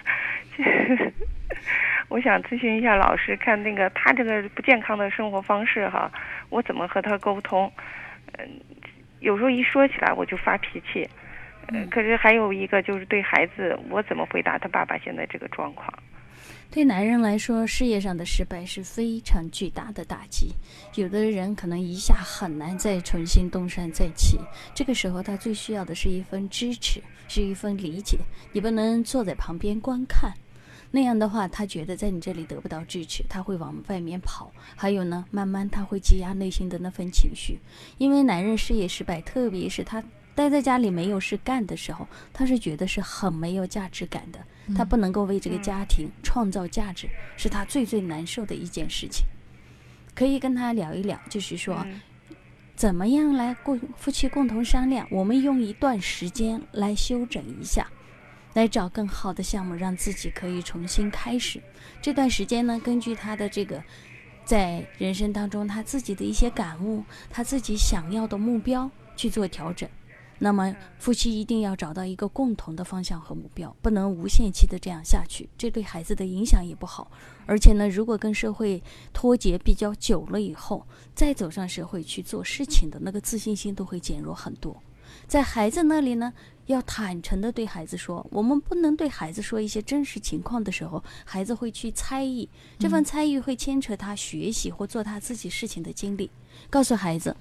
我想咨询一下老师，看那个他这个不健康的生活方式哈，我怎么和他沟通？嗯、呃，有时候一说起来我就发脾气。呃，可是还有一个就是对孩子，我怎么回答他爸爸现在这个状况？ 对男人来说，事业上的失败是非常巨大的打击，有的人可能一下很难再重新东山再起。这个时候他最需要的是一份支持，是一份理解。你不能坐在旁边观看，那样的话他觉得在你这里得不到支持，他会往外面跑。还有呢，慢慢他会积压内心的那份情绪。因为男人事业失败，特别是他待在家里没有事干的时候，他是觉得是很没有价值感的，他不能够为这个家庭创造价值，是他最最难受的一件事情。可以跟他聊一聊，就是说怎么样来共夫妻共同商量，我们用一段时间来修整一下，来找更好的项目，让自己可以重新开始。这段时间呢，根据他的这个在人生当中他自己的一些感悟，他自己想要的目标去做调整。那么夫妻一定要找到一个共同的方向和目标，不能无限期的这样下去，这对孩子的影响也不好。而且呢，如果跟社会脱节比较久了以后，再走上社会去做事情的那个自信心都会减弱很多。在孩子那里呢，要坦诚的对孩子说，我们不能对孩子说一些真实情况的时候，孩子会去猜疑，这份猜疑会牵扯他学习或做他自己事情的经历。告诉孩子，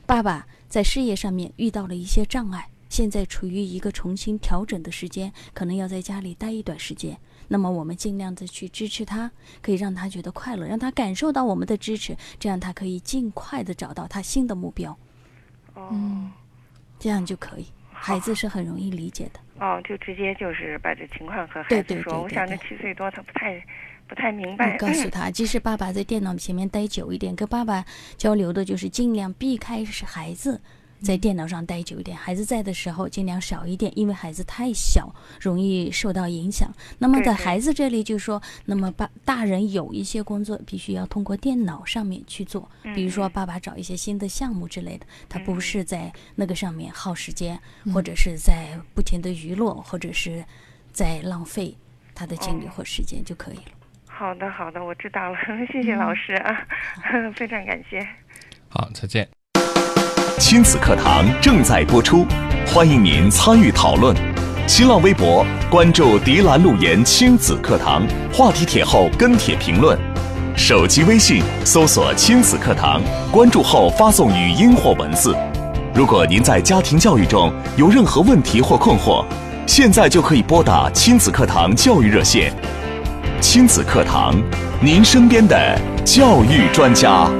爸爸在事业上面遇到了一些障碍，现在处于一个重新调整的时间，可能要在家里待一段时间。那么我们尽量的去支持他，可以让他觉得快乐，让他感受到我们的支持，这样他可以尽快的找到他新的目标。 哦， 嗯，这样就可以，孩子是很容易理解的。 哦，就直接就是把这情况和孩子说。 对对对对对我想这七岁多他不太不太明白。 你告诉他，即使爸爸在电脑前面待久一点，跟爸爸交流的就是尽量避开是孩子在电脑上待久一点，孩子在的时候尽量少一点，因为孩子太小，容易受到影响。那么在孩子这里就说，那么爸大人有一些工作必须要通过电脑上面去做，比如说爸爸找一些新的项目之类的，他不是在那个上面耗时间，或者是在不停的娱乐，或者是在浪费他的精力或时间就可以了。 好的好的，我知道了，谢谢老师啊，嗯、非常感谢。 好，再见。 亲子课堂正在播出，欢迎您参与讨论。新浪微博关注迪兰路言亲子课堂，话题帖后跟帖评论。手机微信搜索亲子课堂，关注后发送语音或文字。如果您在家庭教育中有任何问题或困惑，现在就可以拨打亲子课堂教育热线。亲子课堂，您身边的教育专家。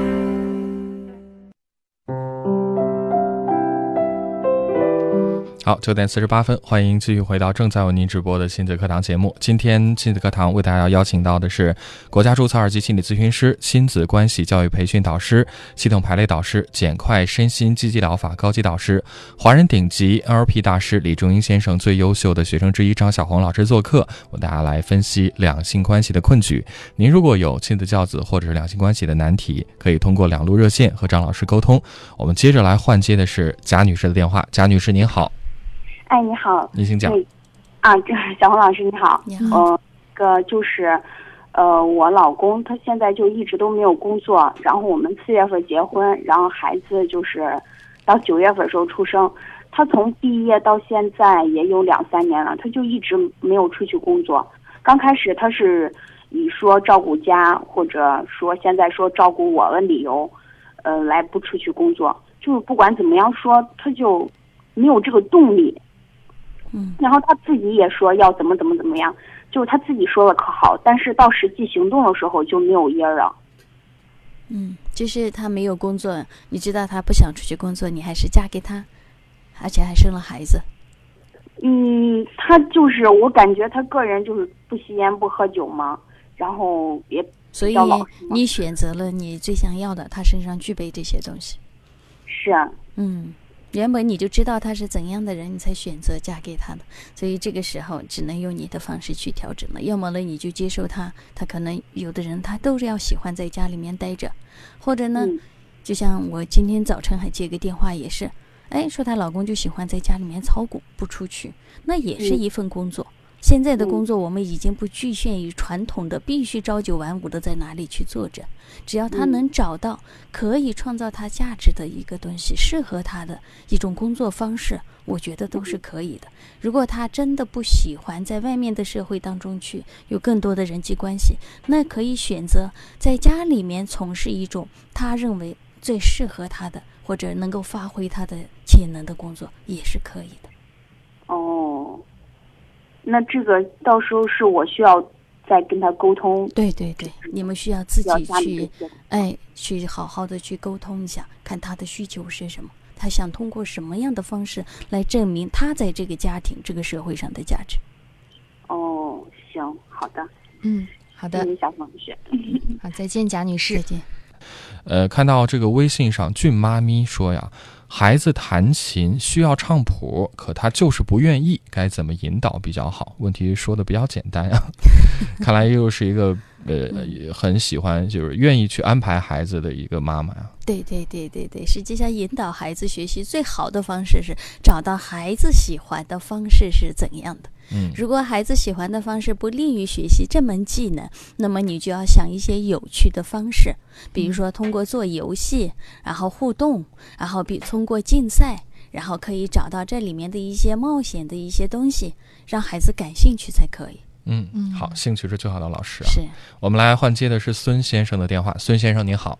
好，九点四十八分，欢迎继续回到正在为您直播的亲子课堂节目。今天亲子课堂为大家邀请到的是国家注册二级心理咨询师、亲子关系教育培训导师、系统排列导师、简快身心积极疗法高级导师、华人顶级 N L P 大师李中英先生最优秀的学生之一张小红老师做客，为大家来分析两性关系的困局。您如果有亲子教子或者是两性关系的难题，可以通过两路热线和张老师沟通。我们接着来换接的是贾女士的电话。贾女士您好。 哎，你好， 您请讲。 啊，这小红老师你好， 你好。 呃，个就是，呃，我老公他现在就一直都没有工作，然后我们四月份结婚，然后孩子就是到九月份时候出生，他从毕业到现在也有两三年了，他就一直没有出去工作。刚开始他是以说照顾家，或者说现在说照顾我的理由，呃，来不出去工作，就是不管怎么样说，他就没有这个动力。 嗯， 然后他自己也说要怎么怎么怎么样，就是他自己说的可好，但是到实际行动的时候就没有音儿了。 嗯，就是他没有工作，你知道他不想出去工作，你还是嫁给他，而且还生了孩子。 嗯，他就是我感觉他个人就是不吸烟不喝酒嘛，然后也所以你选择了你最想要的，他身上具备这些东西。 是啊， 嗯。原本你就知道他是怎样的人，你才选择嫁给他的，所以这个时候只能用你的方式去调整了。要么呢，你就接受他，他可能有的人他都是要喜欢在家里面待着，或者呢， 嗯、 就像我今天早晨还接个电话，也是，哎，说她老公就喜欢在家里面炒股不出去，那也是一份工作。嗯现在的工作我们已经不局限于传统的必须朝九晚五的在哪里去做着，只要他能找到可以创造他价值的一个东西，适合他的一种工作方式，我觉得都是可以的。如果他真的不喜欢在外面的社会当中去有更多的人际关系，那可以选择在家里面从事一种他认为最适合他的或者能够发挥他的潜能的工作，也是可以的。 哦，那这个到时候是我需要再跟他沟通。 对对对，你们需要自己去，哎，去好好的去沟通一下，看他的需求是什么，他想通过什么样的方式来证明他在这个家庭、这个社会上的价值。 哦，行，好的， 嗯，好的， 谢谢小同学。 好，再见，贾女士。 再见。 呃，看到这个微信上俊妈咪说呀，孩子弹琴需要唱谱，可他就是不愿意，该怎么引导比较好？问题说的比较简单啊，看来又是一个呃很喜欢就是愿意去安排孩子的一个妈妈呀。 对对对对对，实际上引导孩子学习最好的方式是找到孩子喜欢的方式是怎样的。 嗯， 如果孩子喜欢的方式不利于学习这门技能，那么你就要想一些有趣的方式，比如说通过做游戏，然后互动，然后比通过竞赛，然后可以找到这里面的一些冒险的一些东西，让孩子感兴趣才可以。 嗯嗯，好，兴趣是最好的老师啊。 是。 我们来换接的是孙先生的电话。孙先生您好。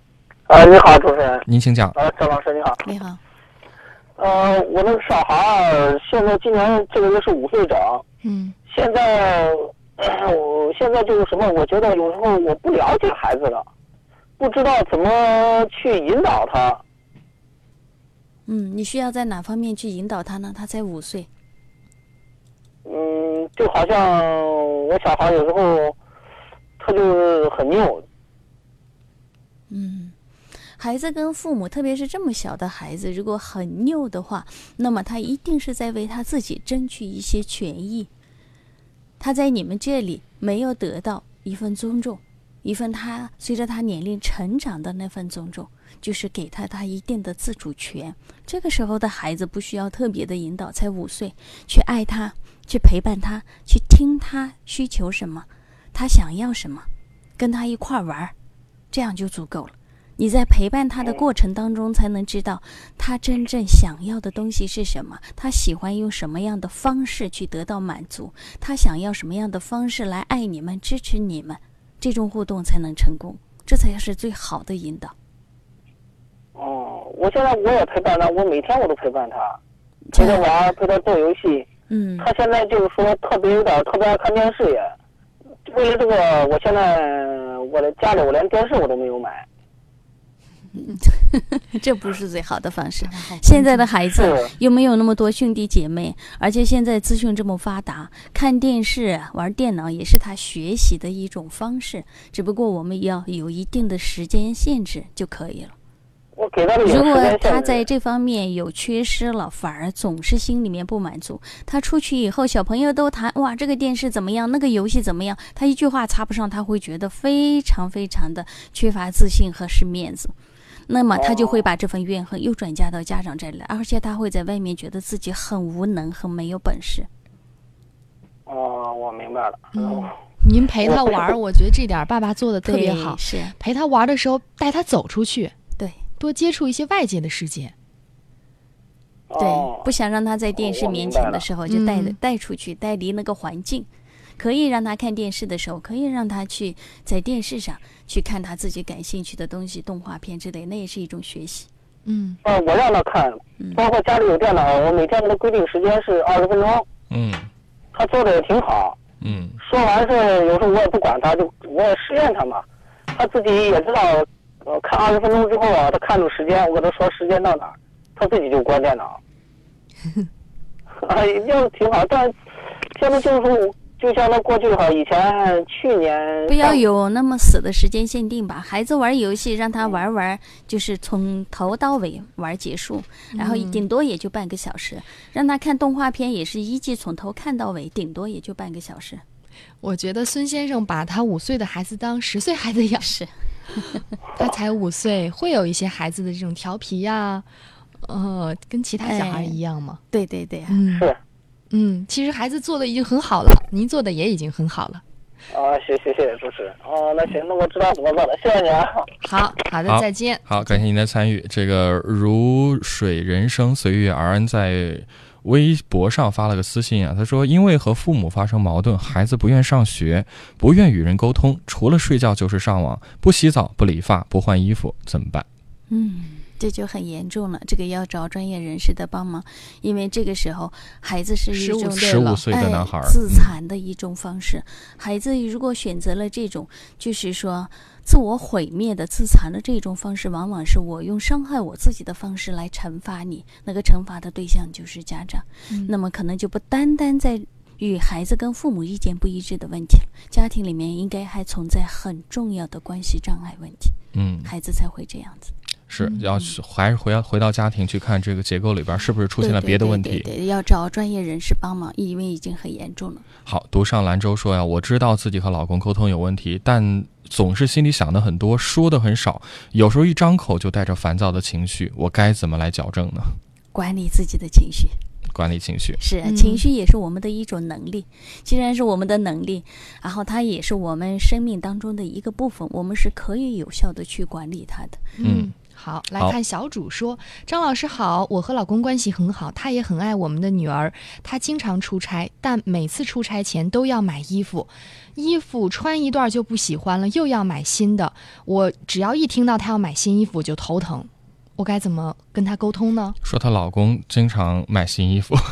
呃，你好，主持人。 您请讲。 呃，张老师你好。 你好。 呃，我那个小孩现在今年这个月是五岁整。 嗯。 现在，呃、我现在就是什么？我觉得有时候我不了解孩子了，不知道怎么去引导他。 嗯，你需要在哪方面去引导他呢？他才五岁。 嗯，就好像我小孩有时候，他就是很拗。 嗯。孩子跟父母，特别是这么小的孩子，如果很拗的话，那么他一定是在为他自己争取一些权益。他在你们这里没有得到一份尊重，一份他随着他年龄成长的那份尊重，就是给他他一定的自主权。这个时候的孩子不需要特别的引导，才五岁，去爱他，去陪伴他，去听他需求什么，他想要什么，跟他一块玩，这样就足够了。你在陪伴他的过程当中，才能知道他真正想要的东西是什么，他喜欢用什么样的方式去得到满足，他想要什么样的方式来爱你们、支持你们，这种互动才能成功，这才是最好的引导。 哦，我现在我也陪伴他，我每天我都陪伴他，陪他玩，陪他做游戏。 嗯。 他现在就是说特别有点特别爱看电视也，为了这个，我现在我的家里我连电视我都没有买。 这不是最好的方式。现在的孩子又没有那么多兄弟姐妹，而且现在资讯这么发达，看电视、玩电脑也是他学习的一种方式，只不过我们要有一定的时间限制就可以了。 我给他的有时间限制。 如果他在这方面有缺失了，反而总是心里面不满足，他出去以后小朋友都谈哇这个电视怎么样，那个游戏怎么样，他一句话插不上，他会觉得非常非常的缺乏自信和失面子，那么他就会把这份怨恨又转嫁到家长这里，而且他会在外面觉得自己很无能很没有本事。 哦，我明白了。 嗯，您陪他玩，我觉得这点爸爸做的特别好。 是陪他玩的时候带他走出去， 对， 多接触一些外界的世界。 对，不想让他在电视面前的时候就带、 嗯、 带出去，带离那个环境。可以让他看电视的时候，可以让他去在电视上去看他自己感兴趣的东西，动画片之类，那也是一种学习。 嗯， 呃，我让他看，包括家里有电脑，我每天给他规定时间是二十分钟。 嗯， 他做的也挺好。 嗯， 说完是有时候我也不管他，就我也试验他嘛，他自己也知道，呃，看二十分钟之后啊，他看住时间，我跟他说时间到哪儿，他自己就关电脑。啊，也就挺好，但现在就是说。就像他过去哈，以前去年不要有那么死的时间限定吧。孩子玩游戏，让他玩玩，就是从头到尾玩结束，然后顶多也就半个小时。让他看动画片，也是一季从头看到尾，顶多也就半个小时。 我觉得孙先生把他五岁的孩子当十岁孩子养， 是， 他才五岁，会有一些孩子的这种调皮呀、啊，呃，跟其他小孩一样吗？ 哎、对对对、啊， 嗯。 是。 嗯，其实孩子做的已经很好了，您做的也已经很好了。 啊，谢谢谢谢主持人。哦，那行，那我知道怎么做了，谢谢你啊。 好好的，再见。 好，感谢您的参与。这个如水人生随遇而安在微博上发了个私信啊，他说因为和父母发生矛盾，孩子不愿上学，不愿与人沟通，除了睡觉就是上网，不洗澡不理发不换衣服，怎么办？ 嗯，这就很严重了，这个要找专业人士的帮忙，因为这个时候孩子是一种十五岁的男孩、 哎、自残的一种方式、嗯、孩子如果选择了这种就是说自我毁灭的自残的这种方式，往往是我用伤害我自己的方式来惩罚你，那个惩罚的对象就是家长、嗯、那么可能就不单单在与孩子跟父母意见不一致的问题了，家庭里面应该还存在很重要的关系障碍问题， 嗯， 孩子才会这样子。 是要还是回回到家庭去看这个结构里边是不是出现了别的问题， 对对对对对，要找专业人士帮忙，因为已经很严重了。 好，独上兰州说呀，我知道自己和老公沟通有问题，但总是心里想的很多，说的很少，有时候一张口就带着烦躁的情绪，我该怎么来矫正呢？ 管理自己的情绪， 管理情绪是、嗯、情绪也是我们的一种能力，既然是我们的能力，然后它也是我们生命当中的一个部分，我们是可以有效的去管理它的。 嗯， 好，来看小主说，张老师好，我和老公关系很好，他也很爱我们的女儿，他经常出差，但每次出差前都要买衣服，衣服穿一段就不喜欢了，又要买新的，我只要一听到他要买新衣服就头疼，我该怎么跟他沟通呢？ 说她老公经常买新衣服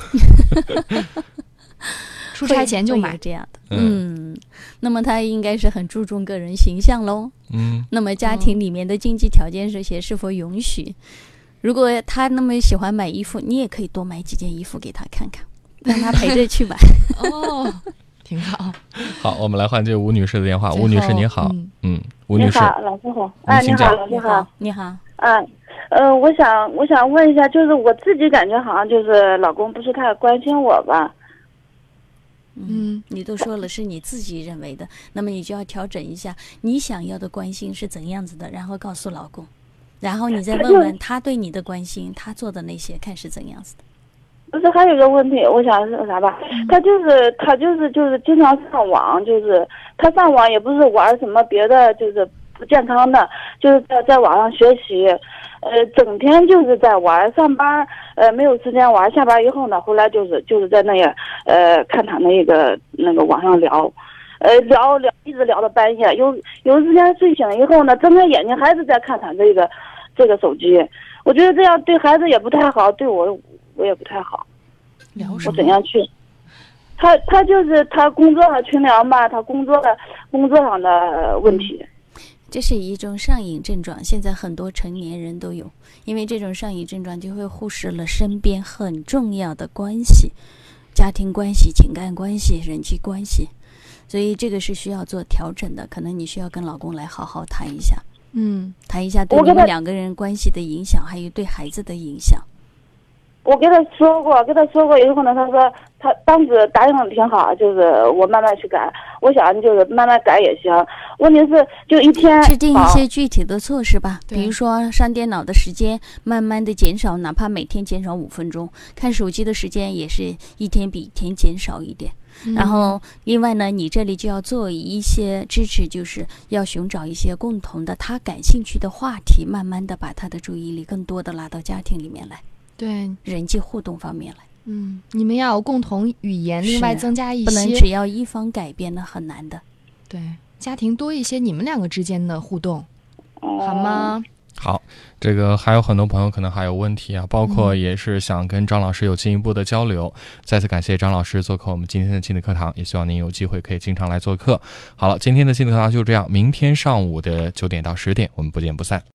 出差前就买这样的，嗯，那么他应该是很注重个人形象咯。 嗯， 那么家庭里面的经济条件这些是否允许？如果他那么喜欢买衣服，你也可以多买几件衣服给他看看，让他陪着去买。 哦，挺好。 好，我们来换接吴女士的电话。吴女士您好，嗯，嗯吴女士， 你好，老师好，哎，你好，老师好， 你好， 嗯。呃，我想，我想问一下，就是我自己感觉好像就是老公不是太关心我吧。 嗯，你都说了是你自己认为的，那么你就要调整一下你想要的关心是怎样子的，然后告诉老公，然后你再问问他对你的关心，他做的那些看是怎样子的。 不是，还有一个问题，我想是啥吧？他就是他就是就是经常上网，就是他上网也不是玩什么别的，就是不健康的，就是在在网上学习。呃，整天就是在玩，上班呃没有时间玩，下班以后呢，回来就是就是在那个呃看他那个那个网上聊，呃聊聊一直聊到半夜，有有时间睡醒以后呢，睁开眼睛还是在看他这个这个手机，我觉得这样对孩子也不太好，对我我也不太好。 聊什么？ 我怎样去？他他就是他工作上群聊吧，他工作的工作上的问题。 这是一种上瘾症状，现在很多成年人都有，因为这种上瘾症状就会忽视了身边很重要的关系，家庭关系、情感关系、人际关系，所以这个是需要做调整的，可能你需要跟老公来好好谈一下， 嗯， 谈一下对你们两个人关系的影响，还有对孩子的影响。 我跟他说过，跟他说过以后呢，他说他当时答应的挺好，就是我慢慢去改。我想就是慢慢改也行，问题是就一天制定一些具体的措施吧，比如说上电脑的时间慢慢的减少，哪怕每天减少五分钟，看手机的时间也是一天比一天减少一点。 嗯、 然后另外呢，你这里就要做一些支持，就是要寻找一些共同的他感兴趣的话题，慢慢的把他的注意力更多的拉到家庭里面来， 对人际互动方面来。 嗯，你们要有共同语言，另外增加一些， 不能只要一方改变，那很难的。 对，家庭多一些你们两个之间的互动，好吗？ 好，这个还有很多朋友可能还有问题啊，包括也是想跟张老师有进一步的交流。嗯、再次感谢张老师做客我们今天的亲子课堂，也希望您有机会可以经常来做客。好了，今天的亲子课堂就这样，明天上午的九点到十点，我们不见不散。